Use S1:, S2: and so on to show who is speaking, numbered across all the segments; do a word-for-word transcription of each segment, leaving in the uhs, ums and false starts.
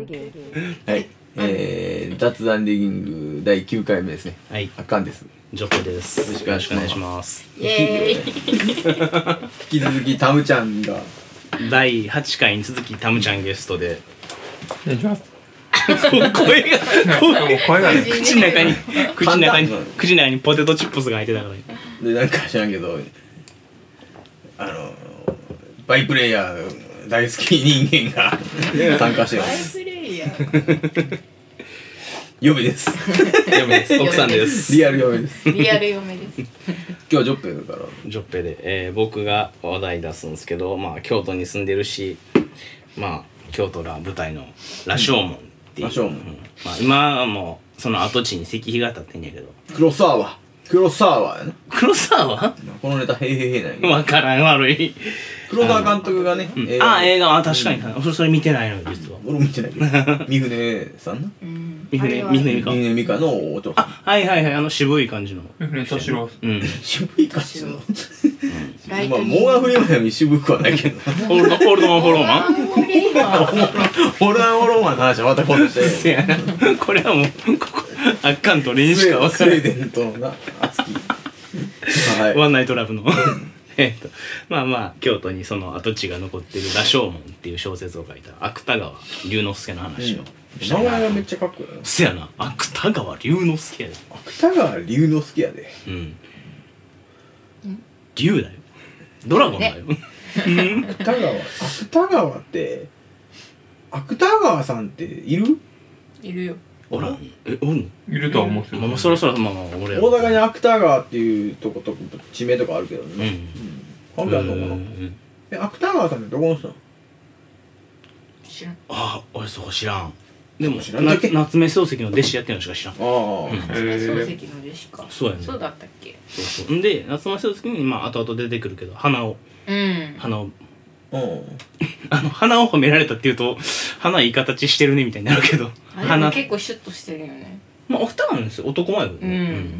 S1: はい、えー、雑談リギングだいきゅうかいめですね。
S2: はい、
S1: あかんです。
S2: ジョップです。よろしくお願いします。
S3: イエーイ。
S1: 引き続きタムちゃんが
S2: だいはちかいに続きタムちゃんゲストで。
S4: お願いします。
S2: 声が
S4: 声がね、
S2: 口の中に口の中に口の中にポテトチップスが入ってたから。
S1: でなんか知らんけど、あのバイプレイヤー大好き人間が参加してます。
S3: バイプレイヤー。
S1: 嫁です。
S2: 嫁です。奥さんです。
S1: リアル嫁です。
S3: リアル嫁です。
S1: 今日はジョッペだから。
S2: ジョッペで、えー、僕が話題出すんですけど、まあ京都に住んでるし、まあ京都ら舞台の羅生門っていう。
S1: 羅生門。うん、
S2: まあ今はもうその跡地に石碑が立ってんやけど。
S1: 黒沢。黒沢やな。
S2: 黒沢？
S1: このネタへいへいへいなんやけど。
S2: わからん、悪い。
S1: 黒沢監督がね、
S2: うん、映画あ映画あ確かに、うん、それ見てないの実は。
S1: 俺も見てないけど。三船さんな。
S2: 三船三船美香。
S1: 三船美香の音。
S2: あはいはいはい、あの渋い感じの。
S4: 三船敏郎。
S2: うん。
S1: 渋い感じの。まあモーガンフリーマンより渋くはないけど。
S2: ホールドホールドマンフォローマン。
S1: ホールドマンフォローマンの話はまた今度して。
S2: せやな。これはもうここあかんと俺にしか分からない。
S1: スウェーデンとのな熱き。
S2: はい。ワンナイトラブの。えっとまあまあ京都にその跡地が残ってる羅生門っていう小説を書いた芥川龍之介の話を
S1: したいな。名前がめっちゃかっこいいな。
S2: せやな、芥川龍之介やで。
S1: 芥川龍之介やで。
S2: うん。龍だよ。ドラゴンだよ。
S1: 芥川芥川って芥川さんっている？
S3: いるよ。
S2: おらん。えおんの？
S4: いるとは思うけど。
S2: まあそろそろまあまあ俺
S1: 大阪に芥川っていうとこと地名とかあるけどね。うん。関係あるのかな。え芥川さんってどこの人なの？
S3: 知らん。
S2: ああ俺そこ知らん。でも
S1: 知らんだけ
S2: 夏目漱石の弟子やってるのしか知らん。あ
S1: あ。
S3: 夏目漱石の弟子か。
S2: そうやね。
S3: そうだったっけ？
S2: そうそう。んで夏目漱石にまあ後々出てくるけど花を
S3: うん
S2: 花を
S1: うん。
S2: あの鼻を褒められたっていうと鼻いい形してるねみたいになるけど、
S3: 鼻結構シュッとしてるよね。
S2: まあお二人なんですよ。男前よ。
S3: うん。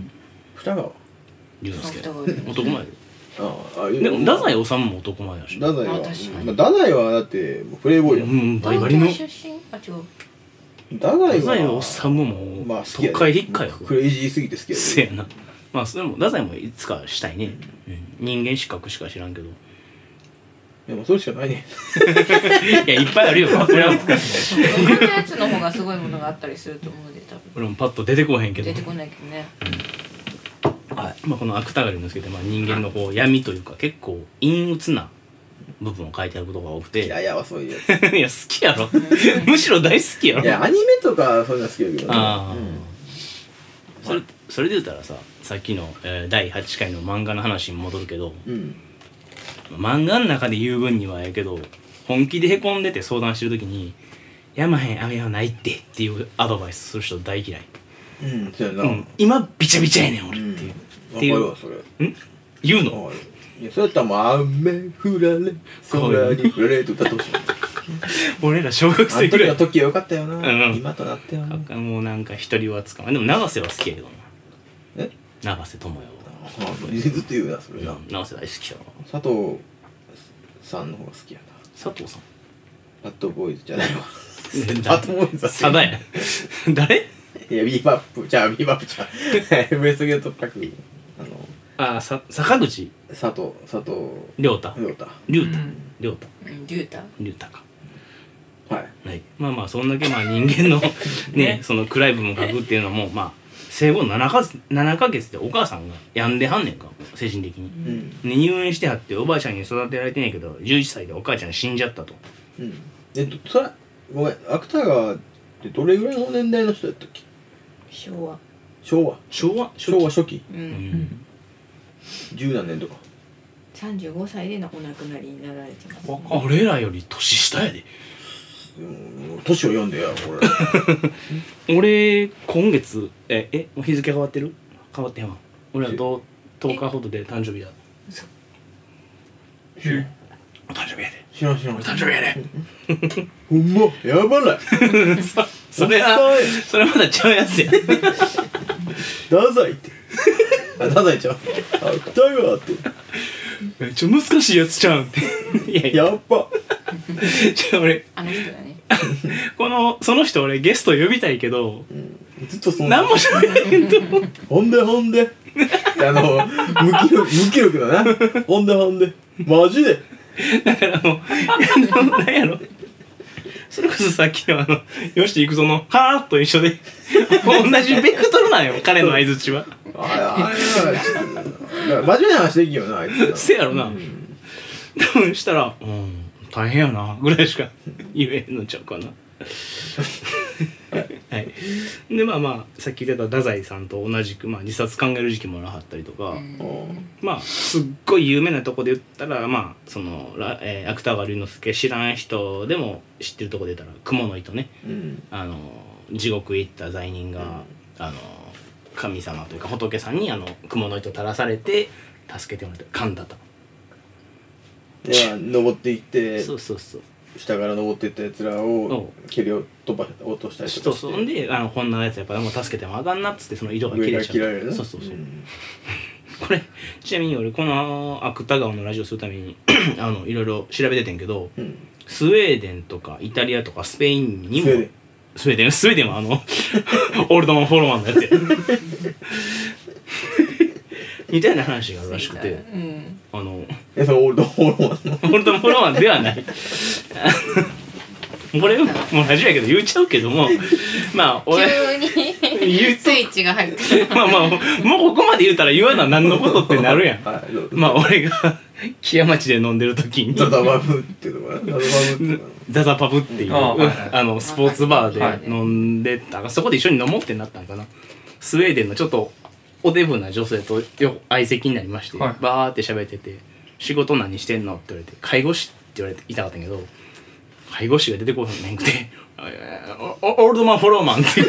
S1: 二川
S2: 龍之介男前よ。
S1: ああ。
S2: でも太宰治も男前やし。
S1: 太宰はまあ太宰はだってプレイボーイやもん。
S2: うんバリバリの。
S3: 東京出身？あ違う。
S1: 太宰
S2: 太宰治ももう
S1: まあ好きや。
S2: 特会引っかよ。
S1: クレイジーすぎて好きやで。
S2: せやな。まあそれも太宰もいつかしたいね。人間資格しか知らんけど。
S1: いやもうそれしかないね。
S2: いやいっぱいあるよ。それは
S3: 他のやつの方がすごいものがあったりすると思うで多分。
S2: 俺もパッと出てこへんけど。
S3: 出てこないけどね。
S2: はい。まあこの芥川龍之介ってまあ人間のこう闇というか結構陰鬱な部分を書いてあることが多くて。
S1: いやいやそういうやつ。
S2: いや好きやろ。むしろ大好きやろ。
S1: いやアニメとかそういうの好きやけどね。
S2: ああ。それそれで言ったらさ、さっきの、えー、だいはちかいの漫画の話に戻るけど。
S1: うん。
S2: 漫画の中で言う分にはやけど本気でへこんでて相談してる時に「やまへん雨はないって」っていうアドバイスする人大嫌い。
S1: うんそうやな、
S2: うん、今ビチャビチャやねん俺っていう、
S1: うん、
S2: っていう
S1: わかるわそれ。
S2: ん言うの？
S1: いやそうやったらもう雨降られ空に降られって歌ってほしい。
S2: 俺ら小学生くらい
S1: あの時の時は良かったよな、
S2: うん、
S1: 今となってはな。
S2: もうなんか一人はつかまでも永瀬は好きやけどな。
S1: え
S2: 永瀬智也は
S1: ずっと言うなそれな、
S2: うん、永瀬大好きやな。
S1: 佐藤さんの方が好きやな。
S2: 佐藤さん
S1: バッドボーイズじゃないわ。
S2: バ
S1: ッドボーイズは
S2: サダや誰？
S1: いやビーバップじゃあビーバップじゃあウエストゲートパックあの
S2: あさ坂口
S1: 佐藤佐藤
S2: 亮太
S1: 亮太
S2: 亮太亮太
S3: 龍太
S2: 亮太か。
S1: はい、
S2: はい、まあまあそんだけまあ人間のねその暗い部分を書くっていうのもまあ生後ななかげつでお母さんが病んではんねんか精神的に、うん、で入院してはっておばあちゃんに育てられてんやけどじゅういっさいでお母ちゃん死んじゃったと。
S1: うん、えっとそれごめん芥川ってどれぐらいの年代の人やったっけ？
S3: 昭和
S1: 昭和
S2: 昭和
S1: 昭和初期、
S3: うん、
S1: 十何年とか
S3: さんじゅうごさいでお亡くなりになられてます、ね、
S2: 俺らより年下やで。
S1: 年を読んでや
S2: 俺俺今月ええもう日付変わってる？変わってへんわ。俺らととおかほどで誕生日や。
S3: 嘘。
S2: うんお誕生日やで。
S1: 知らん知らん。
S2: 誕生日やで。
S1: ほんまやばない
S2: そ, それはそれまだちゃうやつや。
S1: 太宰ってあ太宰ちゃう芥川って
S2: めっちゃ難しいやつちゃうんって。いやいや
S1: やっぱ
S2: じゃあ俺
S3: あの人だね
S2: このその人俺ゲスト呼びたいけど、
S1: うん、ずっとそん
S2: 何もしゃべれへんと
S1: ほんでほんであの無気力無気力だなほんでほんでマジで
S2: だからあのあの何やろそれこそさっきのあのよし行くぞのはーっと一緒で同じベクトルなんよ彼の相づちは
S1: あれあれ真面目な話できんよなあいつ
S2: せやろな、
S1: うん、
S2: 多分したらうん大変やなぐらいしか言えへんのちゃうかなはいでまあまあさっき言ってた太宰さんと同じく、まあ、自殺考える時期もなかったりとか、うん、まあすっごい有名なとこで言ったらまあその、えー、芥川龍之介知らん人でも知ってるとこで言ったら雲の糸ね、うん、あの地獄へ行った罪人が、うん、あの神様というか仏さんにあの雲の糸垂らされて助けてもらって神田と
S1: では登っていって
S2: そうそうそう
S1: 下から登っていったやつらを蹴りを飛ば落としたりとかして
S2: そうそう。であのこんなやつやっぱもう助けてもあかんなっつってその色が切れちゃう。上が切られるね。そうそうそう。うん、これちなみに俺この芥川のラジオするためにあのいろいろ調べててんけど、うん、スウェーデンとかイタリアとかスペインにもスウェーデンスウェーデンはあのオールドマンフォロワーのやつや。みたいな話があるらしくて、うん、あの
S1: えそのオールドフォロワーの
S2: オールドフォロワーではないこれもうラジオやけど言っちゃうけどもまあ俺
S3: 急にスイッチが入って
S2: まあまあもうここまで言うたら言わな何のことってなるやん、はい、まあ俺が木屋町で飲んでる時に
S1: ザザパブっていうのかな
S2: ザザパブっていうあ、はいはい、あのスポーツバーで飲んでた、はい、そこで一緒に飲もうってなったんかな。スウェーデンのちょっとおデブな女性と相席になりまして、はい、バーって喋ってて仕事何してんのって言われて介護士って言われていたかったんやけど介護士が出てこへんくてオールドマンフォローマンって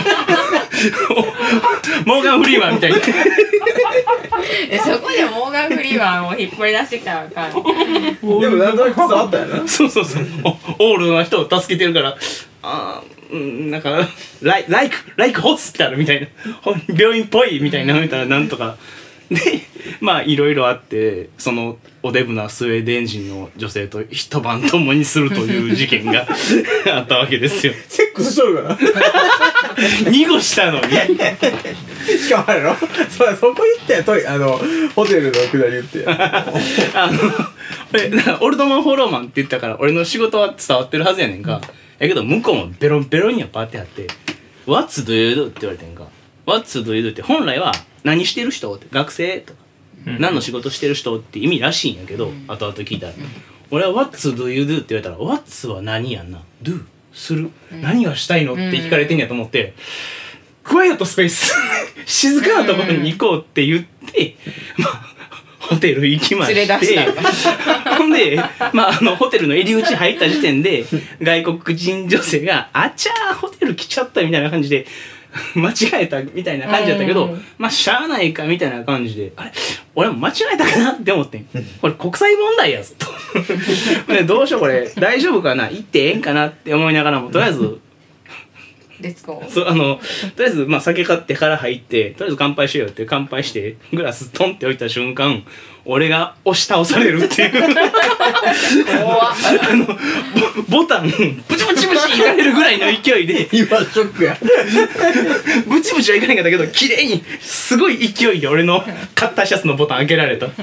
S2: モーガン・フリーマンみたいな
S3: えそこでモーガン・フリーマンを引っ張り出してきたらあかん
S1: でもなんとなく伝わったよな
S2: そうそうそうオールドな人を助けてるからあー、うん、なんかライライクライクホスピタルみたいな病院っぽいみたいなみたいななんとかでまあいろいろあってそのおデブなスウェーデン人の女性と一晩共にするという事件があったわけですよ。
S1: セックスしとるかな
S2: 濁したのに
S1: しかもあれの そ, そこ言ってトイあのホテルのくだり言って
S2: あのオールドマンフォローマンって言ったから俺の仕事は伝わってるはずやねんか、うん、やけど向こうもベロンベロンにはパーってあって「What's do you do?」って言われてんか「What's do you do?」って本来は何してる人って学生とか、うん、何の仕事してる人って意味らしいんやけど、うん、後々聞いたら、うん、俺は What do you do って言われたら What は何やんな do する、うん、何がしたいのって聞かれてんやと思って、うん、クワイエットスペース静かなところに行こうって言って、うん、まあホテル行きましてほんで、まあ、あのホテルの入り口入った時点で外国人女性があちゃーホテル来ちゃったみたいな感じで間違えたみたいな感じだったけど、うん、まあしゃあないかみたいな感じであれ俺も間違えたかなって思ってんこれ国際問題やぞとでどうしようこれ大丈夫かな行ってええんかなって思いながらもとりあえず
S3: レッツゴー
S2: そうあのとりあえずまあ酒買ってから入ってとりあえず乾杯しようって乾杯してグラストンって置いた瞬間俺が押し倒されるっていうあの ボ, ボタンブチブチブチいかれるぐらいの勢いで
S1: 今ショックや
S2: ブチブチはいかないんだけど綺麗にすごい勢いで俺のカッターシャツのボタン開けられたで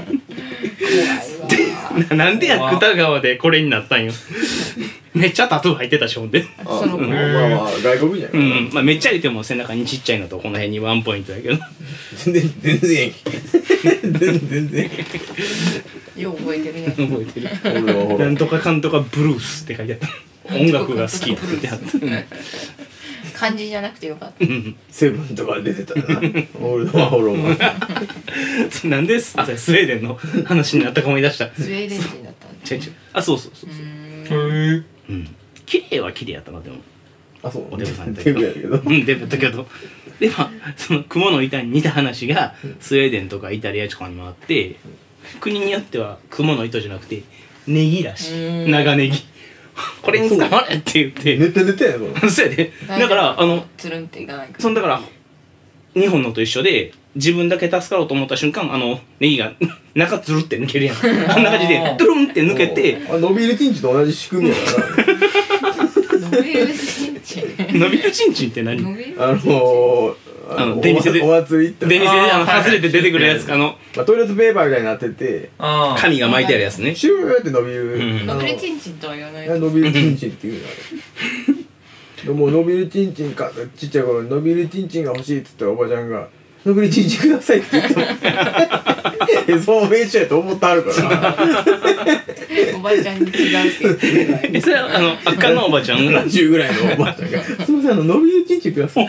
S2: な, なんでや芥川でこれになったんよめっちゃタトゥー入ってたしほんで
S1: あその、うん、まあまあ外国じゃん、
S2: うんまあ、めっちゃ言っても背中にちっちゃいのとこの辺にワンポイントだけど
S1: 全然全然全然全然
S3: よう覚えてるね
S2: 覚えてるなんとかかんとかブルースって書いてあった音楽が好きって書いてあった
S3: 漢字じゃなくてよかった
S1: セブンとか出てたなオールドマンフォローマン
S2: なんでスウェーデンの話になったか思い出した
S3: スウェーデン人だったんだ
S2: 違う違うあそうそうそうそうへえうん綺麗は綺麗やったなでも
S1: あそう
S2: おデブさん
S1: デブやけど
S2: うんデブやったけどでまあその雲の板に似た話がスウェーデンとかイタリアとかにもあって国によっては雲の糸じゃなくてネギらしい長ネギこれに使われって言って
S1: 寝て寝てやろ
S2: そうやでだからあの
S3: つるんっていかないか
S2: そんだから日本のと一緒で自分だけ助かろうと思った瞬間あのネギが中つるって抜けるやんこんな感じでトゥルンって抜けて
S1: あ伸びるティンチと同じ仕組みやから
S3: 伸びるちんちん
S2: 伸びるちんちんって何？
S3: 伸びる
S1: あのー、あ
S2: あの出店で
S1: お祭り行ったら
S2: 出店であの
S4: あー
S2: 外れて出てくるやつ、あの
S1: まあ、トイレットペーパーみたいになってて
S4: ああ。
S2: 紙が巻いてあるやつね。
S1: シューって伸びる、
S2: うん
S1: あの
S3: 伸びるちんちんとは言わない
S1: 伸びるちんちんっていうのあれでも伸びるちんちんかちっちゃい頃に伸びるちんちんが欲しいって言ったらおばちゃんが伸びるちんちんくださいって言ってもえその名称やと思ってあるから
S3: おばちゃんに違うけど
S2: えそれはあの赤のおばちゃんが
S1: ななじゅうぐらいのおばあちゃんがすいませんあの伸びるちんちんください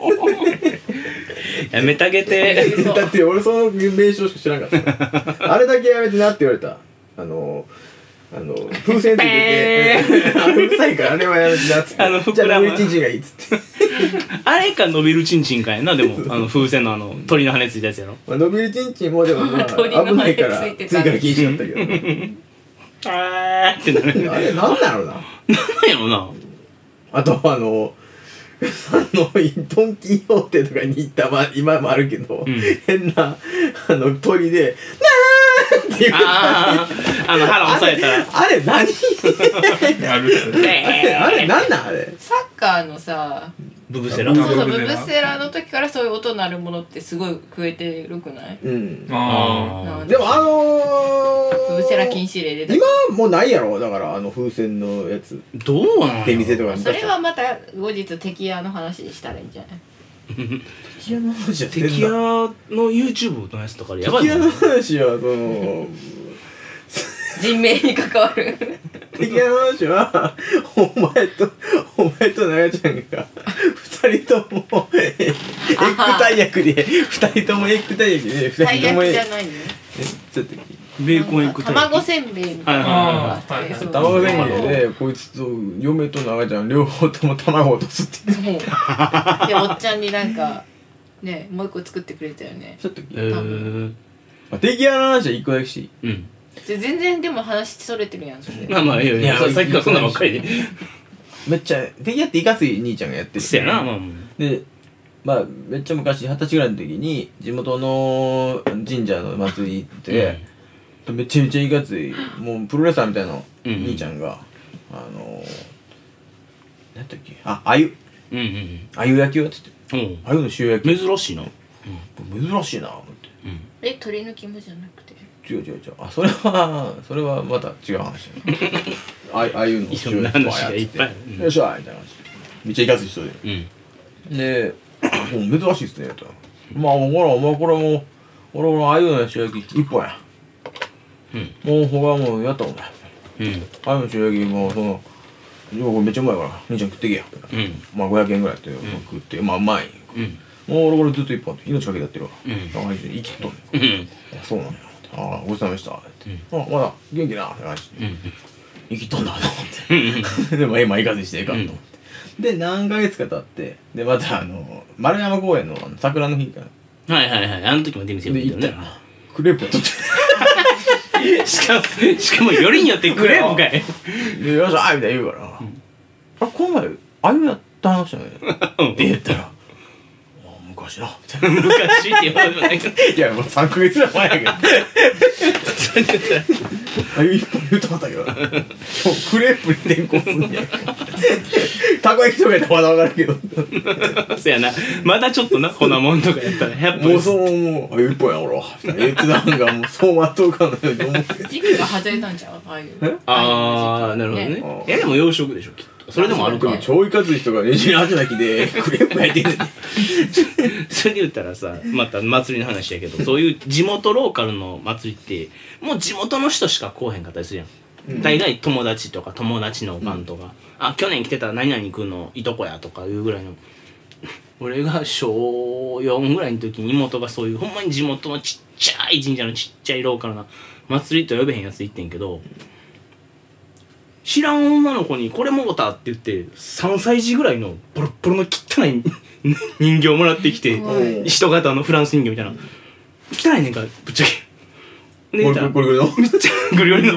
S2: やめてあげて。
S1: だって俺その名称しか知らなかったあれだけやめてなって言われたあのあの風船ついててあうるさいからあれはやめてなっつって
S2: あの
S1: じゃあ
S2: 膨らむ
S1: 伸びるちんちんがいいっつって、
S2: あれか伸びるちんちんかやな。でもあの風船のあの鳥の羽ついたやつやろ。
S1: まあ、伸びるちんちんもでもまあ
S3: 鳥の羽
S1: 危ないから
S3: ついてた
S1: ついから禁止だったけど
S2: あーってなる。
S1: あれなんだろうな
S2: なんやろな。
S1: あとあのあのドンキーホーテとかに行ったま今もあるけど、
S2: うん
S1: 変なあの鳥で「なー」っていう
S2: あああの腹押さえたら。
S1: あれ何
S4: やる。
S2: ね
S1: あれなんなんあれ
S3: サッカーのさ
S2: ブブセラ。
S3: そうそうブ
S4: ブブセラ
S3: ブセラの時からそういう音鳴るものってすごい増えてるくない
S1: うん
S4: あ
S2: あ
S1: でもあのー、
S3: ブブセラ禁止令で
S1: 今もうないやろだからあの風船のやつ
S2: ーどうなんやろ
S1: 出店とかに
S3: それはまた後日敵屋の話にしたらいいんじゃない
S1: 敵屋の話やってんな
S2: 敵屋の YouTube のやつとかでやばい
S1: 敵屋の
S2: もんね。
S1: 話はその
S3: 人命に関わる
S1: 敵屋の話はお前とお前となやちゃんが二人ともエッグ大役で二人ともエッグ大役で二
S3: 最
S1: 人ともえ
S3: 悪じゃないよ
S1: ちょっと
S2: ベーコンエッグタイプ。
S3: 卵せんべいみたいなのがあって
S4: はいはいはい
S3: そう
S1: 卵せんべいでこいつと嫁となやちゃん両方とも卵を落とすって
S3: そうでおっちゃんになんかねもう一個作ってくれたよね
S1: ちょっと
S2: えー、
S1: 敵屋の話は一個だけしていい
S2: うん。
S3: で全然でも話それてるやんそれ
S2: まあまあいいよいいよ。
S1: いや
S2: さっきからそんなばっかりで。
S1: めっちゃ敵屋っていかつい兄ちゃんがやってる
S2: せやな、まあもう。
S1: でまあめっちゃ昔二十歳ぐらいの時に地元の神社の祭り行って、めちゃめちゃいかついもうプロレスラーみたいな兄ちゃんが、あの何やったっけああゆ
S2: うんうん
S1: あゆ焼きをやってて
S2: うん。
S1: あゆの塩焼き
S2: 珍しいな。
S1: 珍しいなと思って
S3: え鶏の肝じゃなくて
S1: 違う違う違うあそれはそれはまた違う話あああゆの
S2: いろんな話がいっぱいあるうん
S1: よっしゃーみたいな話めっちゃいかつい人で
S2: うん。
S1: で、もう珍しいっすね、と。まあ、ほら、お前これもう、俺のあゆの塩焼き一本や。
S2: うん。
S1: もう他はもうやったもんね。
S2: うん。
S1: あゆの塩焼きもうその、いやこれめっちゃうまいから、兄ちゃん食ってけや。
S2: うん。
S1: まあごひゃくえんぐらいやって、食って、まあうまい。
S2: うん。
S1: もう俺これずっと一本って命かけてやってるわ。
S2: うん
S1: あ、生きっとんね
S2: うん。
S1: ん。あ、そうなんや。ああ、ごちそうさまでした。って。あ、まだ元気な。って感じで。
S2: うん。
S1: 生きとんだと思って。でも今いかずにしてええかんと思って。で、何ヶ月か経って、で、またあの、丸山公園のあの桜の日から、
S2: はいはいはい。あの時も出店よ
S1: で、
S2: く行ったよ
S1: 行ったら、クレープを取って。
S2: ね。しかも、しかもよりによってクレープかい。
S1: で、よっしゃーみたいな言うから、あれ、この前、あゆやった話じゃないって言ったら、あ昔な、みたいな。
S2: 昔って言われてもないけど。
S1: いや、もうさんかげつぐらい前やけど。
S2: それでさ
S1: あゆ一本言うとかったけど、今日クレープに転向すんねや。たこ焼きとかやったらまだわかるけど。
S2: そやな。まだちょっとな、粉もんとかやったらひゃっぽ
S1: もうそう、もう、あゆ一本や、俺は。みたいな言ってたんが、もう走馬灯かのように思って。
S3: 時期が外れたんちゃうああいう
S1: え
S2: あー、なるほどね。いやでも洋食でしょ、きっと。それでもあるか
S1: でも超いかつい人がねじり鉢巻きでクレープ焼いてんねん。
S2: それで言ったらさ、また祭りの話やけど、そういう地元ローカルの祭りってもう地元の人しか来おへんかったりするやん、
S1: うん
S2: 大概友達とか友達の番とか、あ去年来てた何々くんのいとこやとかいうぐらいの俺がしょうよんぐらいの時に妹がそういうほんまに地元のちっちゃい神社のちっちゃいローカルな祭りと呼べへんやつ行ってんけど、知らん女の子にこれもろたって言ってさんさい児ぐらいのボロッボロの汚い人形もらってきて、
S1: うん
S2: 人型のフランス人形みたいな汚いねんかぶっちゃけで
S1: これ
S2: 見たら
S1: これこれの
S2: めっちゃグリグリの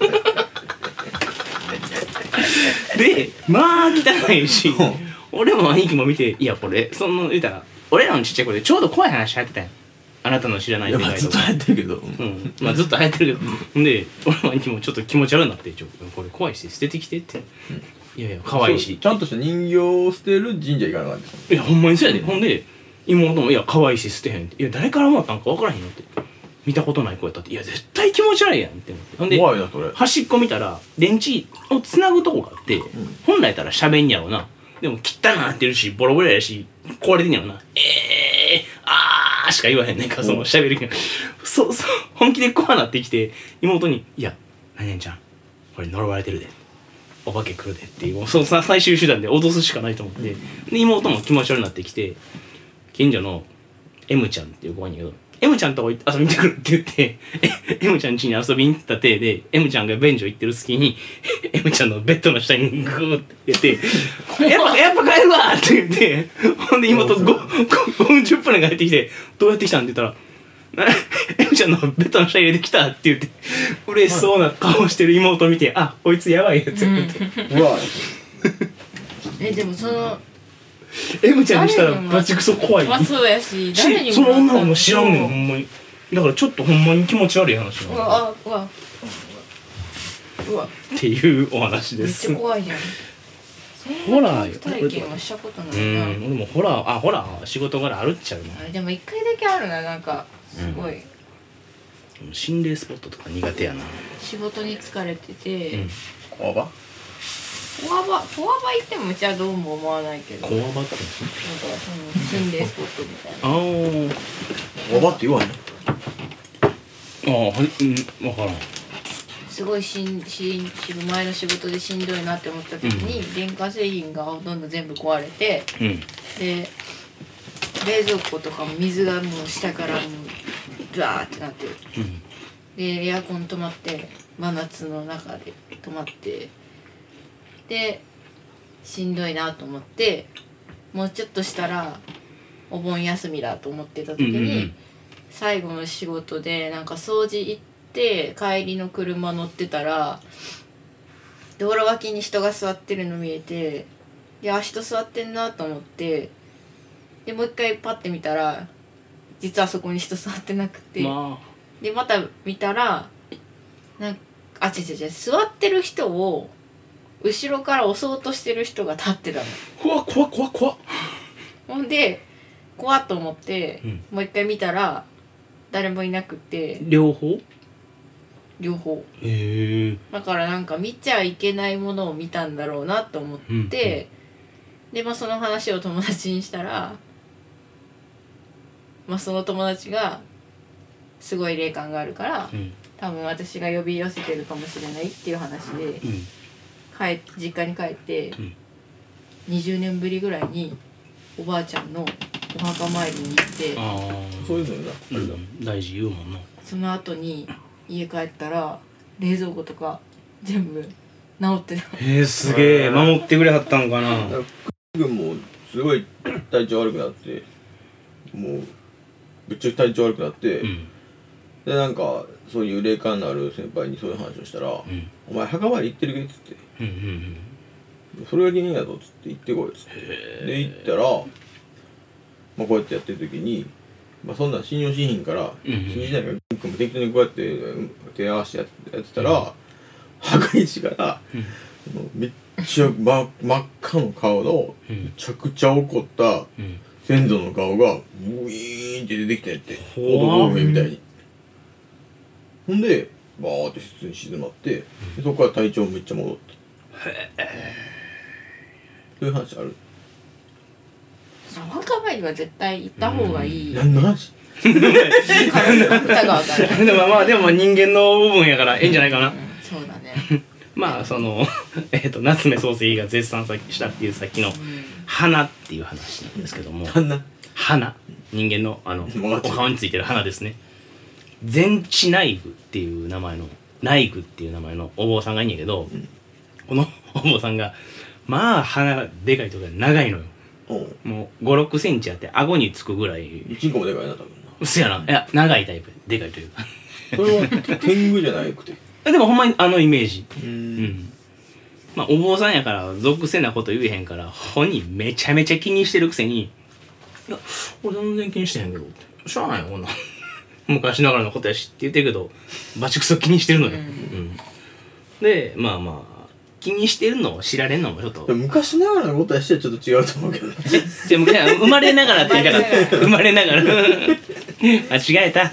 S2: でまあ汚いし俺も兄貴も見ていやこれその言うたら俺らのちっちゃい頃でちょうど怖い話流行ってたやん、あなたの知らない
S1: いやまあずっと
S2: 世界とか
S1: やってるけど、
S2: うん、まあずっと流行ってるけど、んで俺も兄貴もちょっと気持ち悪くなってちょこれ怖いし捨ててきてって、 いやいや可愛いし
S1: ちゃんとした人形を捨てる神社行かなかったです
S2: いやほんまにそうやでほんで妹も「いや可愛いし捨てへん」って「いや誰からもらったんか分からへんよ」って見たことない子やったって「いや絶対気持ち悪いやん」って思ってほんで
S1: 怖いなそれ
S2: 端っこ見たら電池をつなぐとこがあって、うん、本来やったら喋んやろうなでも汚なってるしボロボロやし壊れてんやろな「えーあー」しか言わへんねんかその喋るけどそうそう本気で怖なってきて妹に「いや何々ちゃんこれ呪われてるでお化け来るで」っていうその最終手段で脅すしかないと思って、うん、で妹も気持ち悪くなってきて近所の M ちゃんっていう子がいんやけどM ちゃんとこ遊びに来てくるって言って M ちゃん家に遊びに行った体で M ちゃんが便所行ってる隙に M ちゃんのベッドの下にグーって言って「やっぱやっぱ帰るわ!」って言ってほんで妹ごふんじゅっぷんで帰ってきて「どうやって来たん?」って言ったら「M ちゃんのベッドの下に入れてきた」って言って嬉しそうな顔してる妹を見て「あこいつやばいやつ」って言って
S1: うわ
S3: えでもその
S2: M ちゃんにしたらバチクソ怖い
S3: まあそうやし誰にも
S2: その女の子も知らんねんほんまにだからちょっとほんまに気持ち悪い話
S3: うわうわうわ
S2: っていうお話で
S3: めっ
S2: す
S3: ちゃ怖いじゃん
S2: ホラー
S3: 体験はしたことないな
S2: うん俺もホラーあホラー仕事柄あるっちゃうな
S3: あでも一回だけあるななんかすごい、
S2: うん、心霊スポットとか苦手やな
S3: 仕事に疲れてて、うん、
S1: 怖ば
S3: フォアバフォアバ行ってもうちはどうも思わないけど
S2: 怖ばってなんか
S3: その心霊スポットみたいな
S2: あー
S1: 怖ばって言わへん
S2: ああはいうん分からん
S3: すごいしんしん前の仕事でしんどいなって思った時に、うん、電化製品がほとんど全部壊れて、うん、で冷蔵庫とかも水がもう下からもうバーってなってる、うん、でエアコン止まって真夏の中で止まってでしんどいなと思ってもうちょっとしたらお盆休みだと思ってた時に、うんうんうん、最後の仕事でなんか掃除行って帰りの車乗ってたら道路脇に人が座ってるの見えていや人座ってんなと思ってでもう一回パッて見たら実はそこに人座ってなくて、まあ、でまた見たらなんかあ違う違う違う座ってる人を後ろから押そうとしてる人が立ってたの。
S2: 怖っ怖っ怖っ怖っ。
S3: ほんで怖っと思って、うん、もう一回見たら誰もいなくて。
S2: 両方？
S3: 両方。
S2: へえ。
S3: だからなんか見ちゃいけないものを見たんだろうなと思って、うんうん、でまあその話を友達にしたら、まあその友達がすごい霊感があるから、うん、多分私が呼び寄せてるかもしれないっていう話で。うん帰実家に帰って、うん、にじゅうねんぶりぐらいにおばあちゃんのお墓参りに行って
S2: あ
S1: そういうのが、
S2: うん、大事言うもんな
S3: その後に家帰ったら冷蔵庫とか全部直ってた
S2: へえすげえ守ってくれはったんかな
S1: 君もすごい体調悪くなってもうめっちゃ体調悪くなって、うん、でなんかそういう霊感のある先輩にそういう話をしたら「うん、お前墓参り行ってるけ?」っつって、うんうんうん、それが原因やぞっつって行ってこいっつってで行ったら、まあ、こうやってやってる時に、まあ、そんなん信用しひんから、うんうん、信じないから僕も適当にこうやって手合わせてやってたら、うん、墓石から、うん、めっちゃ、ま、真っ赤の顔の、うん、めちゃくちゃ怒った、うん、先祖の顔がウィーンって出てきたんやって男梅みたいに。ほんでバーって室に静まって、でそこから体調めっちゃ戻ってへえそういう話ある
S3: お墓参りは絶対行った方がいい
S1: 何の話
S3: 体の歌が分かる
S2: でもまあでも人間の部分やからいいんじゃないかな、うん、
S3: そうだね
S2: まあそのえっと夏目漱石が絶賛したっていうさっきの花っていう話なんですけども
S1: 花
S2: 花人間のあのお顔についてる花ですね全知内具っていう名前の内具っていう名前のお坊さんがいいんやけど、うん、このお坊さんがまあ鼻がでかいとか長いのよもうごろくセンチあって顎につくぐらい
S1: チンコもでかいな多分な
S2: うそやないや長いタイプでかいというか
S1: それは天狗じゃなくて
S2: でもほんまにあのイメージうん、うん、まあお坊さんやから俗せなこと言えへんから本人めちゃめちゃ気にしてるくせにいや俺全然気にしてへんけどってしゃあないよこんな昔ながらのことやしって言ってるけどバチクソ気にしてるのよ、うんうん、でまあまあ気にしてるのを知られんのもちょっと
S1: 昔ながらのことはしてはちょっと違うと思うけどね
S2: じゃ昔生まれながらって言いたかった生まれながら間違えた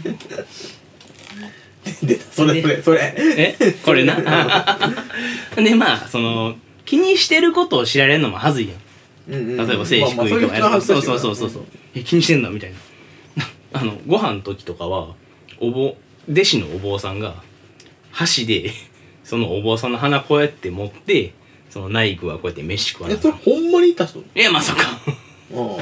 S1: 出たそれそれそれ
S2: えこれなでまあその気にしてることを知られるのもはずいやん、
S1: うんうん、
S2: 例えば性低いとかや、まあまあ、そうそうそうそうそうえ気にしてんのみたいなあのご飯の時とかはお坊弟子のお坊さんが箸でそのお坊さんの鼻こうやって持ってそのナイフはこうやって飯食わない
S1: えそれほんまにいた人？
S2: いやまさか
S1: ああ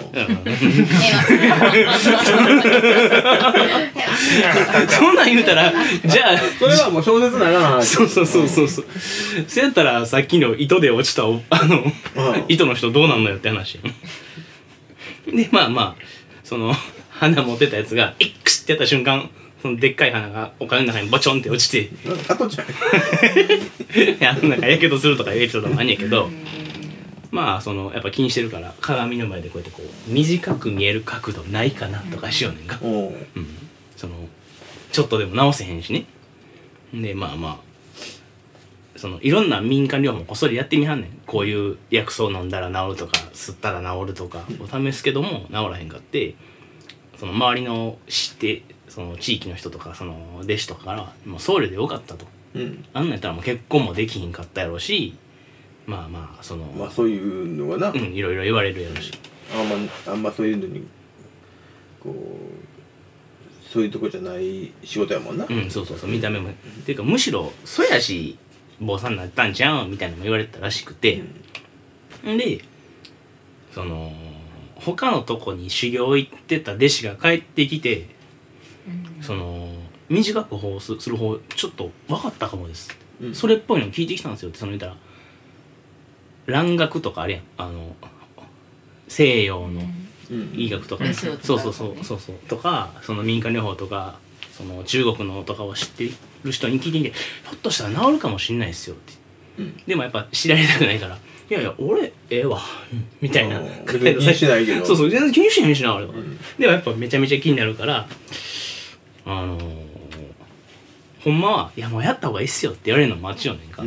S2: そんなん言うたらじゃあ
S1: それはもう小説ながらの話
S2: そうそうそうそうそうそうやったらさっきの糸で落ちたおあの、うん、糸の人どうなんのよって話でまあまあその花持ってたやつが X ってやった瞬間そのでっかい花がお金の中にボチョンって落ちて
S1: なんか加藤ちゃん
S2: いやなんかやけどするとかいうエピソードもあんねんけどまあそのやっぱ気にしてるから鏡の前でこうやってこう短く見える角度ないかなとかしようねんか、うん、そのちょっとでも直せへんしねでまあまあそのいろんな民間療法もこっそりやってみはんねんこういう薬草飲んだら治るとか吸ったら治るとかを試すけども治らへんかってその周りの知ってその地域の人とかその弟子とかからもう僧侶でよかったと、うん、あんなんやったらもう結婚もできひんかったやろうしまあまあその
S1: まあそういうのがな、
S2: うん、いろいろ言われるやろうし
S1: あんまあんまそういうのにこうそういうとこじゃない仕事やもんな
S2: うんそうそうそう見た目も、うん、っていうかむしろそやし坊さんになったんちゃうんみたいなのも言われてたらしくて、うん、でその他のとこに修行行ってた弟子が帰ってきて、うん、その短く方する方ちょっと分かったかもです、うん、それっぽいの聞いてきたんですよってその言ったら蘭学とかあれやんあの西洋の医学とか、うん、そうそうそうそうそうとかその民間療法とかその中国のとかを知ってる人に聞いてみてひょっとしたら治るかもしれないですよって、うん、でもやっぱ知られたくないからいやいや俺ええわみたいな
S1: 気にしないけど
S2: そうそう全然気にしへんしなあれは、うん、でもやっぱめちゃめちゃ気になるからあのー、ほんまはいやもうやった方がいいっすよって言われるの待ちよねんか、うん、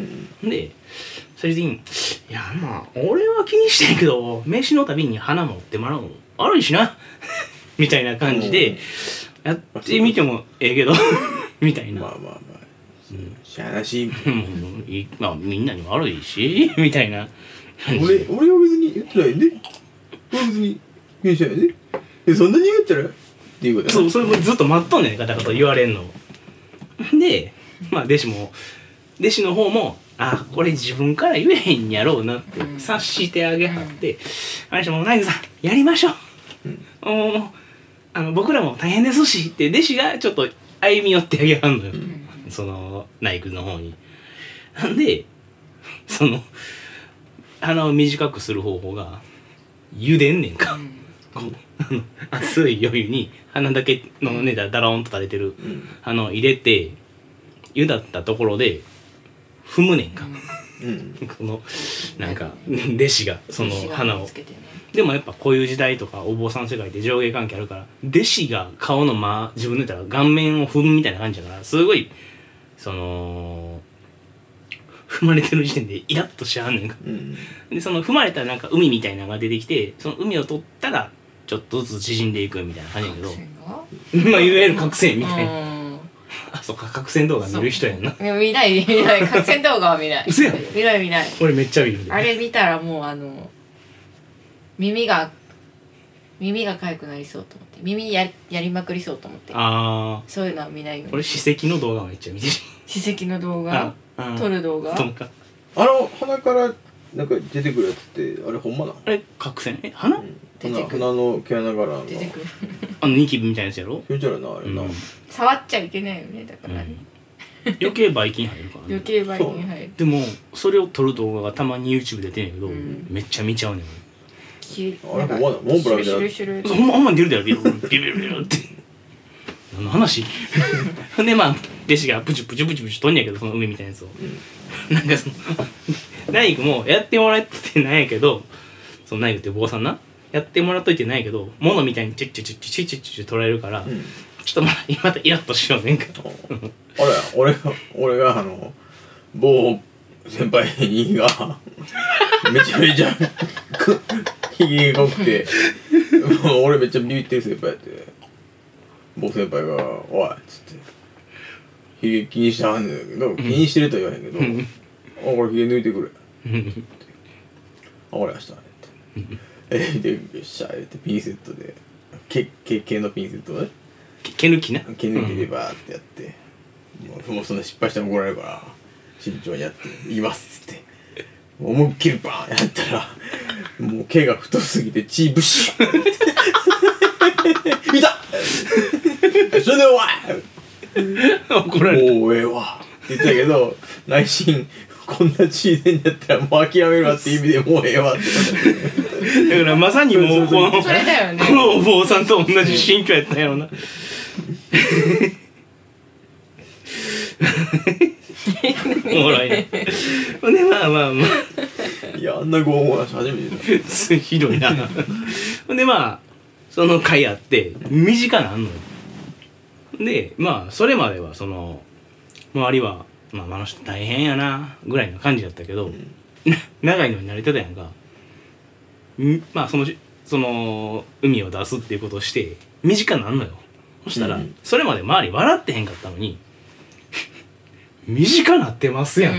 S2: で最終的にいやまあ俺は気にしてんけど飯のたびに花持ってもらうの悪いしなみたいな感じでやってみてもええけどみたいな
S1: まあまあまあ、うん、しゃあなし
S2: まあみんなに悪いしみたいな
S1: 俺俺は別に言ってないんで俺は別に気にしてないででそんなに言ったらっていうこと
S2: そうそれもずっと待っとんねんガタガタ言われんのでまあ弟子も弟子の方もあこれ自分から言えへんやろうなって察してあげはって、うん、あれしもうナイフさんやりましょう、うん、もうあの僕らも大変ですしって弟子がちょっと歩み寄ってあげはんのよ、うん、そのナイフの方になんでその鼻を短くする方法が茹でんねんか、うん、こう熱いお湯に鼻だけのねだらんと垂れてる鼻を入れて茹だったところで踏むねんか、うん、このなんか弟子がその花を、ね、でもやっぱこういう時代とかお坊さん世界って上下関係あるから弟子が顔のま自分で言ったら顔面を踏むみたいな感じだからすごいその踏まれてる時点でイラッとしちゃうねんか、うん、でその踏まれたらなんか海みたいなのが出てきてその海を取ったらちょっとずつ縮んでいくみたいな感じだけどまあいわゆる覚醒みたいなあ、そっか、覚醒動画見る人やんな。
S3: いや見ない見ない覚醒動画は見ない。
S2: 嘘やん。
S3: 見ない見ない。
S2: 俺めっちゃ見る。
S3: あれ見たらもうあの耳が耳が痒くなりそうと思って耳ややりまくりそうと思って。ああ。そういうのは見ないように。
S2: 俺歯石の動画めっちゃ見てる。
S3: 歯石の動画、撮る動画。
S1: あの鼻からなんか出てくるやつってあれほんまなの？
S2: あれ覚醒？え鼻？うん
S1: 鼻, 鼻の毛穴から
S3: 出てくる
S2: あのニキビみたいなやつやろ？
S1: 気持ち悪いなあれな、うん、
S3: 触っちゃいけないよねだからね、
S2: うん、余計ばい菌入るからね
S3: 余計ばい菌入る
S2: でもそれを撮る動画がたまに YouTube で出てんねんけど、うん、めっちゃ見ちゃうねん
S1: あれほんまだモンブランみたいな
S2: ほんまほんまに出るだよビュービュービュービューって何の話でまあ弟子がプチュプチュプチュプチュ撮んやけどその海みたいなやつを、うん、なんかそのナイフもやってもらってないやけどそのナイフって坊さんなやってもらっといてないけど物みたいにチュッチュチュッチュチュッチュチュッ取られるから、うん、ちょっとまだまたイラッとしようねんか
S1: あれ俺が俺があの某先輩にがめちゃめちゃひげが濃くてもう俺めっちゃビビってる先輩やって僕先輩が「おい」っつって「ひげ気にしてはんねんけど、うん、気にしてるとは言わへんけど「うん、あこれひげ抜いてくれ」って「あわかりました」ってえでよっしゃってピンセットで毛毛毛のピンセットね
S2: 毛抜きな
S1: 毛抜きでバーってやって、うん、もう、もうそんな失敗したら怒られるから慎重にやって「いきます」っつって思いっきりバーンやったらもう毛が太すぎて血ブシュッいたそれでお前
S2: 怒られた
S1: もうええわって言ったけど内心こんな血出んやったらもう諦めるわって意味でもうええわって
S2: だからまさにもうこの
S3: それだよね
S2: このお坊さんと同じ心境やったんやろなおもろいねほんでまあまあまあ
S1: いやあんな拷問なし初めてだ
S2: ひどいなほんでまあその回あって短なんのよでまあそれまではその周りはまああの人大変やなぐらいの感じだったけど、うん、長いのに慣れてたやんかんまあそのその海を出すっていうことをして短なんのよそしたら、うん、それまで周り笑ってへんかったのに短なってますやん、うん、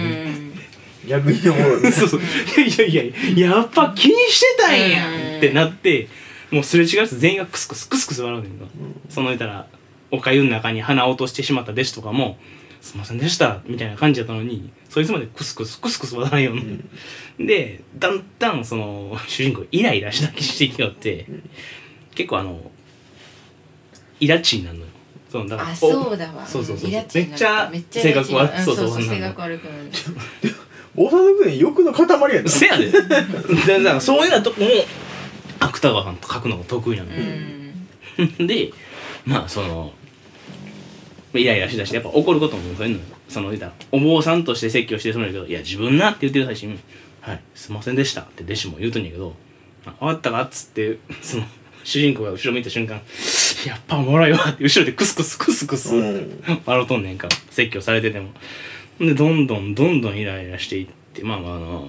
S1: 逆におもろい
S2: そうそういやいやいややっぱ気にしてたんやんってなってもうすれ違うやつ全員がクスクスクスクス笑うねんか、うん、そのいたらおかゆの中に鼻を落としてしまった弟子とかもすいませんでしたみたいな感じだったのにそいつまでクスクスクスクス笑いよんの、うん、でだんだんその主人公イライラしたきしてきよって、うん、結構あのイラチになるのよそのだから
S3: あそうだわ
S2: そうそうそう
S3: め
S2: っちゃ性格悪く
S3: そうそうそう性格悪くなる
S1: 大沢の国欲の塊やった
S2: せやでだからそういうようなとこも芥川さんと書くのが得意なの、うん、でまあそのイライラしだしてやっぱ怒ることもそういうのその言ったらお坊さんとして説教してるつもりだけどいや自分なって言ってる最中にはいすいませんでしたって弟子も言うとんやけどあわったかっつってその主人公が後ろ見た瞬間やっぱおもろいわって後ろでクスクスクスクス笑うとんねんか説教されててもでどんどんどんどんイライラしていってまあまああの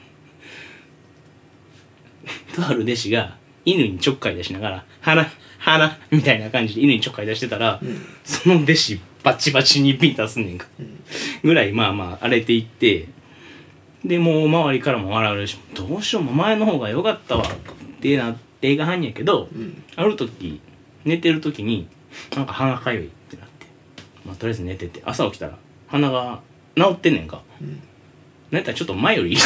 S2: とある弟子が犬にちょっかい出しながら鼻鼻みたいな感じで犬にちょっかい出してたら、うん、その弟子バチバチにビンタすんねんか、うん、ぐらいまあまあ荒れていってでもう周りからも笑われるしどうしようも前の方が良かったわってなって映画班やけど、うん、ある時寝てる時になんか鼻かゆいってなって、まあ、とりあえず寝てて朝起きたら鼻が治ってんねんか、うん、なんやったらちょっと前より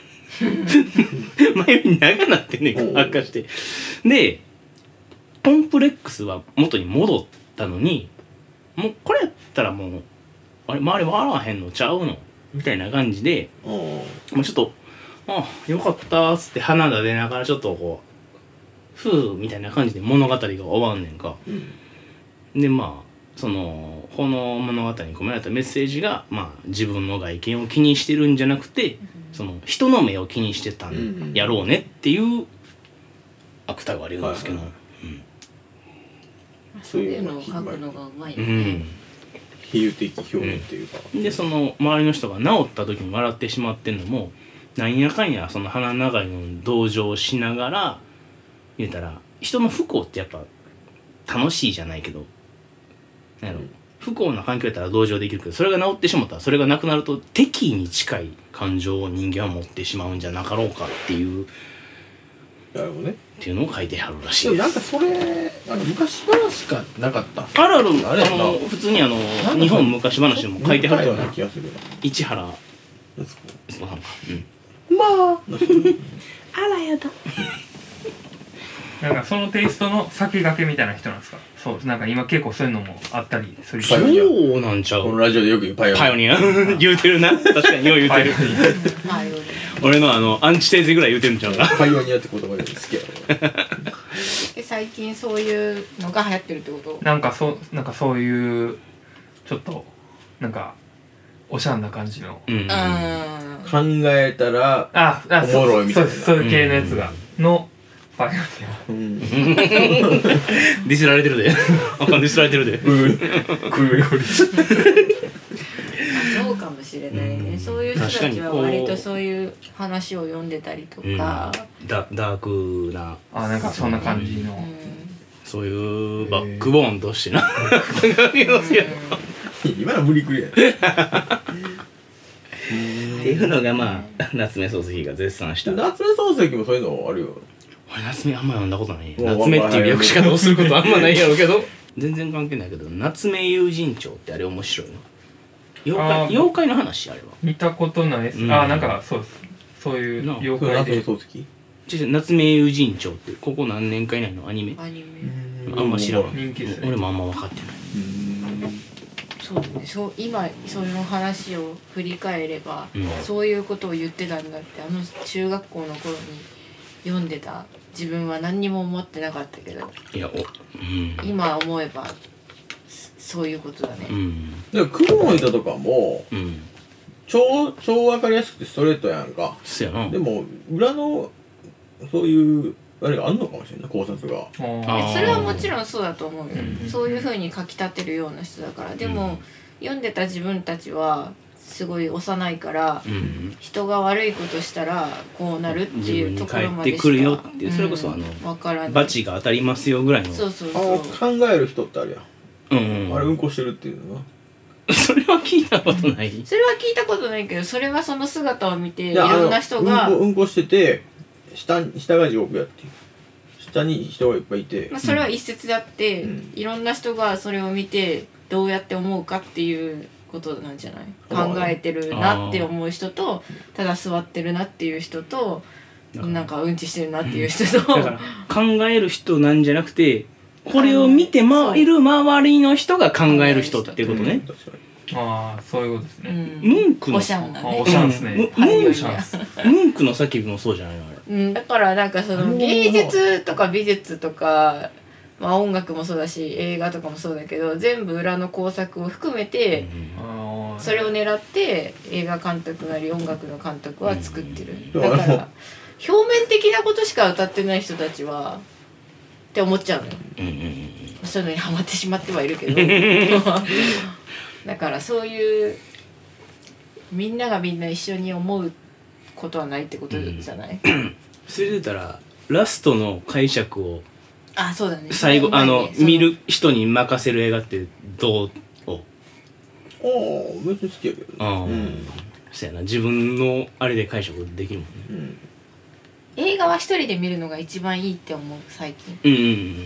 S2: 前より長なってんねんか悪化してでコンプレックスは元に戻ったのにもうこれやったらもうあれ周り笑わへんのちゃうのみたいな感じでもうちょっとああよかったっつって鼻が出ながらちょっとこうふうみたいな感じで物語が終わんねんか、うん、でまあそのこの物語に込められたメッセージが、まあ、自分の外見を気にしてるんじゃなくて、うん、その人の目を気にしてたんやろうねっていう芥川龍之介の、はいはいうん
S3: そういうのを書くのがうまいよね、
S1: うん、比喩的表現っていうか、
S2: うん、でその周りの人が治った時に笑ってしまってんのもなんやかんやその鼻長いのに同情しながら言うたら人の不幸ってやっぱ楽しいじゃないけどなんやろ、うん、不幸な環境やったら同情できるけどそれが治ってしまったらそれがなくなると敵意に近い感情を人間は持ってしまうんじゃなかろうかっていう
S1: なるほどね
S2: っていうのを書いてはるらしい。
S1: でもなんかそれあの昔話しかなかった。
S2: あるあるあれあの普通にあの日本昔話でも書いてはるような
S1: 気がする。
S2: 市原
S1: ですか。
S2: そうなんか。
S3: うん。まあ。
S2: あらやだ。
S4: なんかそのテイストの先駆けみたいな人なんですか。そうなんか今結構そういうのもあったりする。
S2: そうなんちゃう。
S1: このラジオでよく言うパイオニア。
S2: パイオニア言うてるな。確かによう言うてる。
S3: パイオニア。
S2: 俺のあのアンチテーゼぐらい言うてるんちゃうか。
S1: パイオニアって言葉で好きやろ。
S3: で最近そういうのが流行ってるってこと？
S4: なんかそうなんかそういうちょっとなんかおしゃんな感じの、
S2: うん、
S1: 考えたら
S4: ああ
S1: おもろいみたいな
S4: そういう系のやつが、うん、のパイオニア、うん、
S2: ディスられてるであかんディスられてるで
S1: 食うより
S3: そうかもしれないね、 でそういう人たちは割とそういう話を読んでたりとか、
S2: うん、ダ, ダークな
S4: あなんかそんな感じの、うん、
S2: そういうバックボーンとしてな
S1: 今の無理くりや
S2: っていうのがまあ夏目漱石が絶賛した
S1: 夏目漱石もそういうのあるよ。
S2: 俺夏目あんま読んだことない。夏目っていう略し方をすることあんまないやろうけど全然関係ないけど夏目友人帳ってあれ面白いの。妖怪妖怪の話あれは
S4: 見たことないです、うん、あなんかそうですそういう妖怪で
S1: 夏目漱石
S2: 夏目友人帳ってここ何年か以内のアニメ
S3: アニメ
S2: あんま知らん、
S4: 人気ですね。
S2: 俺もあんま分かってない。
S3: そうね、そう今その話を振り返れば、うん、そういうことを言ってたんだってあの中学校の頃に読んでた自分は何にも思ってなかったけど
S2: いやお、うん、
S3: 今思えばそういうことだね。
S1: うん、でも雲の糸とかも、うん、超超分かりやすくてストレートやんか。
S2: そうやな。
S1: でも裏のそういうあれがあんのかもしれない考察が。
S3: それはもちろんそうだと思うよ、うん、そういう風に書き立てるような人だから。でも、うん、読んでた自分たちはすごい幼いから、うん、人が悪いことしたらこうなるっていうところまでしか
S2: 自分に返ってくるよっていう、それこそあの、
S3: うん、分からない
S2: 罰が当たりますよぐらいの
S3: そうそうそう
S1: あ考える人ってあるやん、うんうん、あれうんこしてるっていうのは
S2: それは聞いたことない
S3: それは聞いたことないけど、それはその姿を見ていろんな人が
S1: うんこ、うんこしてて下, 下が地獄やっていう下に人がいっぱいいて、
S3: まあ、それは一説であって、うん、いろんな人がそれを見てどうやって思うかっていうことなんじゃない。考えてるなって思う人とただ座ってるなっていう人となんかうんちしてるなっていう人と、
S2: うん、だから考える人なんじゃなくてこれを見て回る周りの人が考える人っていうことね。
S4: ああそういうことですね。
S2: ムンクの
S3: おしゃんだね。
S4: おしゃんですね。
S2: ムンクの叫びもそうじゃないのあれ。
S3: うん、だからなんかその芸術とか美術とか、まあ、音楽もそうだし映画とかもそうだけど全部裏の工作を含めて、うん、それを狙って映画監督なり音楽の監督は作ってる、うん、だから表面的なことしか歌ってない人たちはって思っちゃうのよ、うんうん、そういうのにハマってしまってはいるけどだからそういうみんながみんな一緒に思うことはないってことじゃない、うん、
S2: それで言ったらラストの解釈を
S3: あそうだね
S2: 最後あの見る人に任せる映画ってどうお
S1: ああ別に好きやけどね。ああ、うん、
S2: そうやな自分のあれで解釈できるもんね、
S3: うん、映画は一人で見るのが一番いいって思う最近、
S2: うんうんうん、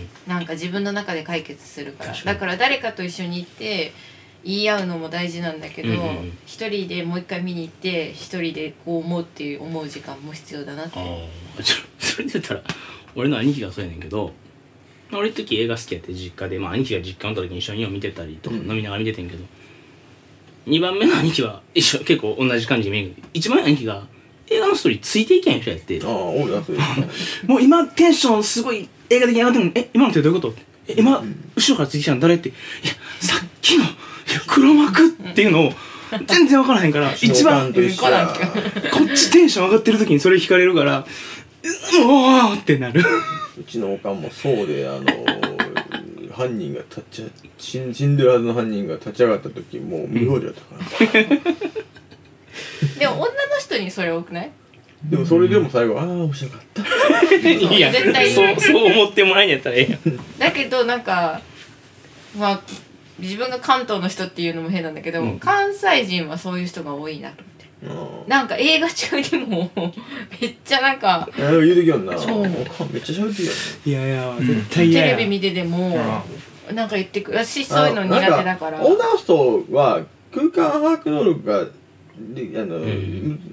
S3: なんか自分の中で解決するからだから誰かと一緒に行って言い合うのも大事なんだけど、うんうん、一人でもう一回見に行って一人でこう思うっていう思う時間も必要だなって。
S2: あそれで言ったら俺の兄貴がそうやねんけど俺の時映画好きやって実家で、まあ、兄貴が実家の時に一緒に見てたりとか、うん、飲みながら見ててんけどにばんめの兄貴は一緒結構同じ感じで見えるけどいちばんめの兄貴が映画のストーリーついていけん人やってあおだそうもう今テンションすごい映画的に上がってるのえ今のってどういうことえ今、うん、後ろからついてきたの誰っていやさっきの黒幕っていうのを全然分からへんから一番こっちテンション上がってる時にそれ聞かれるからうおーってなる
S1: うちのおかんもそうであのー、犯人が立ち死んでるはずの犯人が立ち上がった時もう無表情だったから、うん、
S3: でも女の人にそれ多くない
S1: でもそれでも最後、うん、ああ面白かった
S2: いや絶対そうそう思ってもらえんやったらええやん
S3: だけどなんかまあ自分が関東の人っていうのも変なんだけど、うん、関西人はそういう人が多いなと思って、うん、なんか映画中にもめっちゃなんか
S1: 言うてきよんなそうめっちゃ喋ってるよね
S2: いやいや絶対嫌や
S3: テレビ見てても、うん、なんか言ってくる私そういうの苦手だから
S1: 女の人は空間把握能力があの、うん、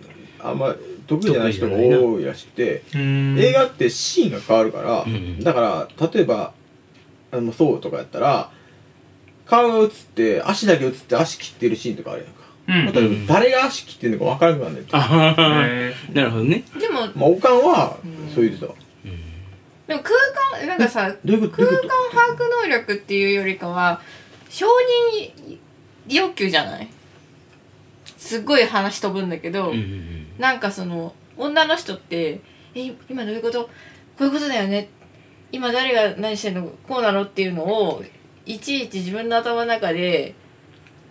S1: あんま得意じゃない人が多いらしくて映画ってシーンが変わるから、うん、だから例えばあのそうとかやったら顔が映って足だけ映って足切ってるシーンとかあるやんか、うん、また誰が足切ってるのか分からなくなるんだよ
S2: なるほどね
S3: でも、
S1: まあ、おかんはそう言ってた、うん、
S3: でも空間なんかさ空間把握能力っていうよりかは承認欲求じゃないすっごい話飛ぶんだけど、うんうんうん、なんかその女の人ってえ今どういうことこういうことだよね今誰が何してんのこうなのっていうのをいちいち自分の頭の中で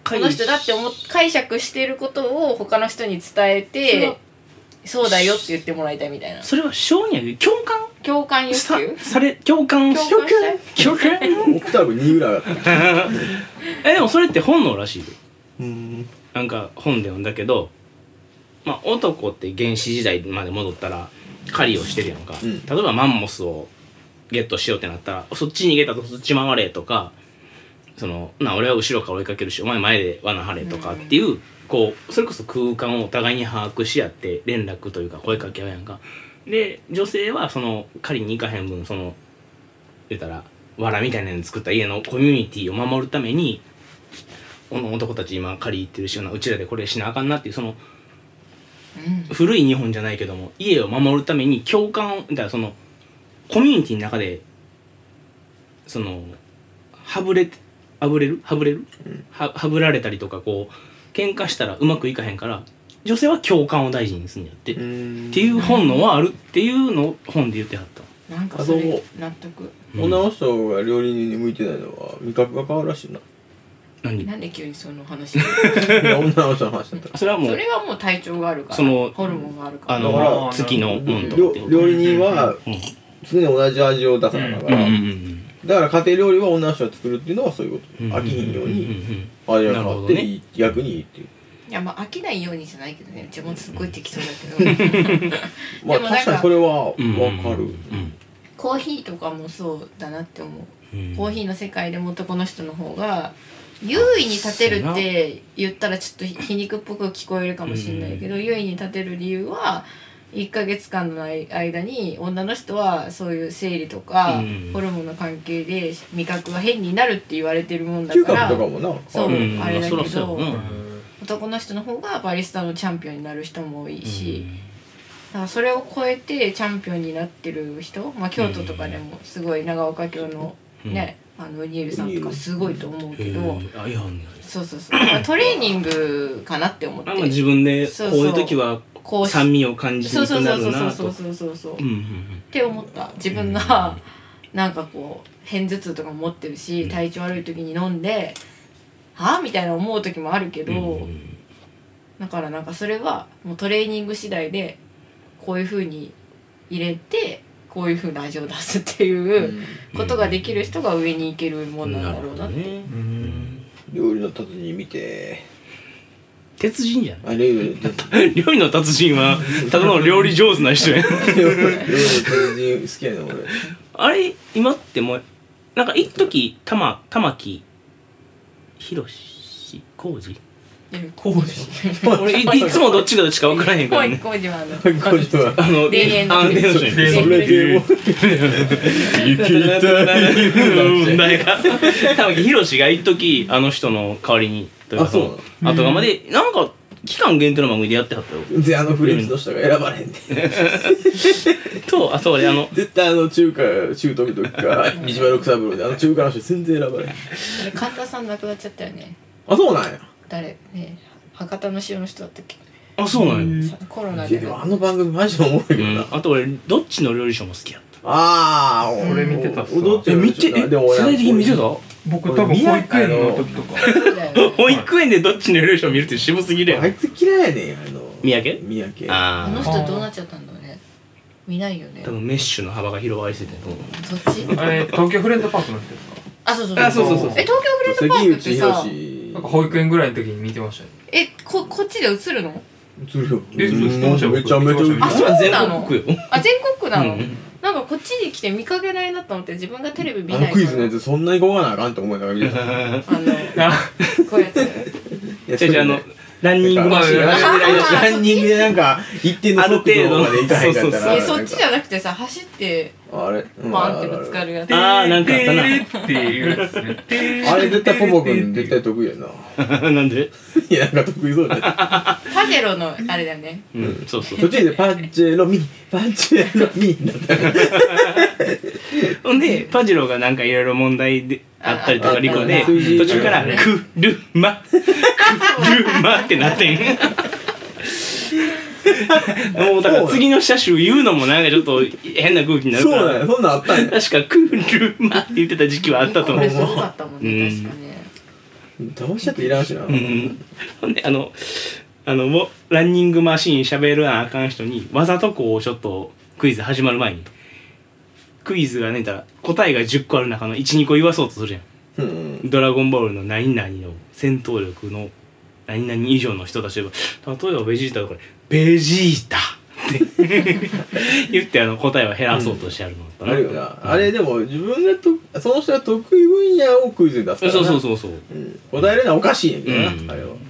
S3: この人だって思っ解釈していることを他の人に伝えてそうだよって言ってもらいたいみたいな。
S2: それは承認やけど共感
S3: 共感欲
S2: さ
S3: 求
S2: され共感
S3: 共感したい
S2: 共感
S1: オクターブにぐらい上がった
S2: えでもそれって本能らしいよ。
S1: うん
S2: なんか本で読んだけど、まあ男って原始時代まで戻ったら狩りをしてるやんか、
S1: うん、
S2: 例えばマンモスをゲットしようってなったらそっち逃げたとそっち回れとか、そのな俺は後ろから追いかけるしお前前で罠張れとかっていう、うん、こうそれこそ空間をお互いに把握し合って連絡というか声かけ合うやんか。で女性はその狩りに行かへん分その言ったら藁みたいなの作った家のコミュニティを守るためにこの男たち今狩り行ってるしうちらでこれしなあかんなっていうその、うん、古い日本じゃないけども家を守るために共感だからそのコミュニティの中でそのはぶれあぶれるはぶれる、うん、ははぶられたりとかこう喧嘩したらうまくいかへんから女性は共感を大事にするんやってっていう本能はあるっていうのを本で言ってはった。
S3: なんかそれ納得、
S1: うん、女の人が料理人に向いてないのは味覚が変わるらしいな。
S3: 何なんで急にその話い
S1: や女の人の話だった
S2: それはもう
S3: それはもう体調があるから
S2: その
S3: ホルモンがあるから
S2: あのだから月の温度って
S1: 料理人は常に同じ味を出さないから、うんうんうん、だから家庭料理は女の人が作るっていうのはそういうこと、うん、飽きひんように味が変わっていい、ね、逆にいいっていう。
S3: いやまあ飽きないようにじゃないけどね、うちもすごい適当だけど
S1: まあ確かにそれは分かる、うんうん、
S3: コーヒーとかもそうだなって思う、うん、コーヒーの世界でも男の人の方が優位に立てるって言ったらちょっと皮肉っぽく聞こえるかもしれないけど、うん、優位に立てる理由はいっかげつかんの間に女の人はそういう生理とか、うん、ホルモンの関係で味覚が変になるって言われてるもんだから
S1: 嗅覚とかもな
S3: そう、うん、あれだけど、
S2: うん、
S3: 男の人の方がバリスタのチャンピオンになる人も多いし、うん、だからそれを超えてチャンピオンになってる人、まあ、京都とかでもすごい長岡京のね、うん、あのウニエルさんとかすごいと思うけど、そうそうそうトレーニングかなって思って、
S2: まあ、自分でこういう時は酸味を感じにくなるなと
S3: そうそうそうそうそうそうって思った。自分がなんかこう片頭痛とかも持ってるし体調悪い時に飲んではぁみたいな思う時もあるけど、うん、だからなんかそれはもうトレーニング次第でこういう風に入れてこういう風な味を出すっていうことができる人が上に行けるもんなんだろうなって、うんうん、
S1: 料理の達人見て
S2: 鉄人じゃん。
S1: あ料理
S2: 料理の達人はただの料理上手な人や
S1: 料理の達人好きやねん俺。
S2: あれ今ってもうなんか一時玉玉木宏浩二
S3: 浩
S2: 二俺 い, いつもどっちがどっちか分からへんからね。
S3: 浩二はあの
S1: 浩二は
S2: あの
S3: 田園の
S2: 田園の人に
S1: それでも
S2: 行きたい誰か玉木宏が一時あの人の代わりにというかその後がまでなんか期間限定の番組でやってはったよ。
S1: であのフレンチの人が選ばれへんね
S2: とあと俺あの
S1: 絶対あの中華中東の時から道場六三郎であの中華の人全然選ばれへん。
S3: 神田さん亡くなっちゃったよね。
S1: あそうなんや。
S3: 誰ね博多の塩の人だったっけ。
S2: あそうなんや。
S3: コロナで。
S1: でもあの番組マジでおもろいけどな、
S2: うん、あと俺どっちの料理ショーも好きやった。
S1: ああ
S4: 俺見てたっす
S1: わ。
S2: え見てえ世代的に見てた。
S4: 僕多分保育園の時とか
S2: 保育園でどっちの料理ショー見るって渋すぎるやん。
S1: あいつ嫌いやねんあの
S2: 三宅
S1: 三宅
S2: あ,
S3: あの人どうなっちゃったんだろうね。見ないよね。
S2: 多分メッシュの幅が広がりすぎてと思
S3: う。そっち
S4: あれ東京フレンドパークの人ですか。
S3: あそうそう
S2: そうそうそうそう。
S3: え東京フレンドパークってさ
S4: なんか保育園ぐらいの時に見てましたね。
S3: えここっちで映るの。
S1: 映るよ。
S4: えめちゃめちゃ
S3: あそう
S2: 全
S3: なの。
S2: 国区よ。
S3: あ全国区なの、
S2: うん、
S3: なんかこっちに来て見かけないなと思って自分がテレビ見ないから。
S1: あのクイズのやつそんなに動かなあかんと思いながら見てた。
S3: あのこういうやつ。
S2: いやそれあのランニングマシン
S1: ランニングでなんか一定の速度までいかへんかったら
S3: そっちじゃなくてさ走って
S1: あれ
S3: パンってぶつかるやつ。
S2: あーなんかあったな
S4: っていうやつね。
S1: あれ絶対ポポ君絶対得意やな。
S2: なんで
S1: いやなんか得意そうだね。
S3: パジェロのあれだよね。
S2: うん、そうそう
S1: 途中でパッチェロミパッチェロミになった
S2: ほんでパジェロがなんかいろいろ問題であったりとかリコで途中から「くるま」「くるま」ってなってんもうだから次の車種言うのもなんかちょっと変な空気になるから。
S1: そうだよそんなんあったんや。
S2: 確か「くるま」って言ってた時期はあったと思う。
S3: これすごかったもんね、うん、確かね。
S1: どうしちゃっていらんしな。
S2: うんほんであのあのもうランニングマシーン喋るなあかん人にわざとこうちょっとクイズ始まる前にクイズがねたら答えがじゅっこある中のいち、にこ言わそうとするやん。
S1: うん、
S2: ドラゴンボールの何々の戦闘力の何々以上の人たちが例えばベジータとかでベジータって言ってあの答えを減らそうとしてあるのだったな、
S1: あるよな、うん、あれでも自分がとその人が得意分野をクイズに出すからな。
S2: そうそうそうそう、
S1: うん、答えるのはおかしいんやけどな、
S2: うん、
S1: あれは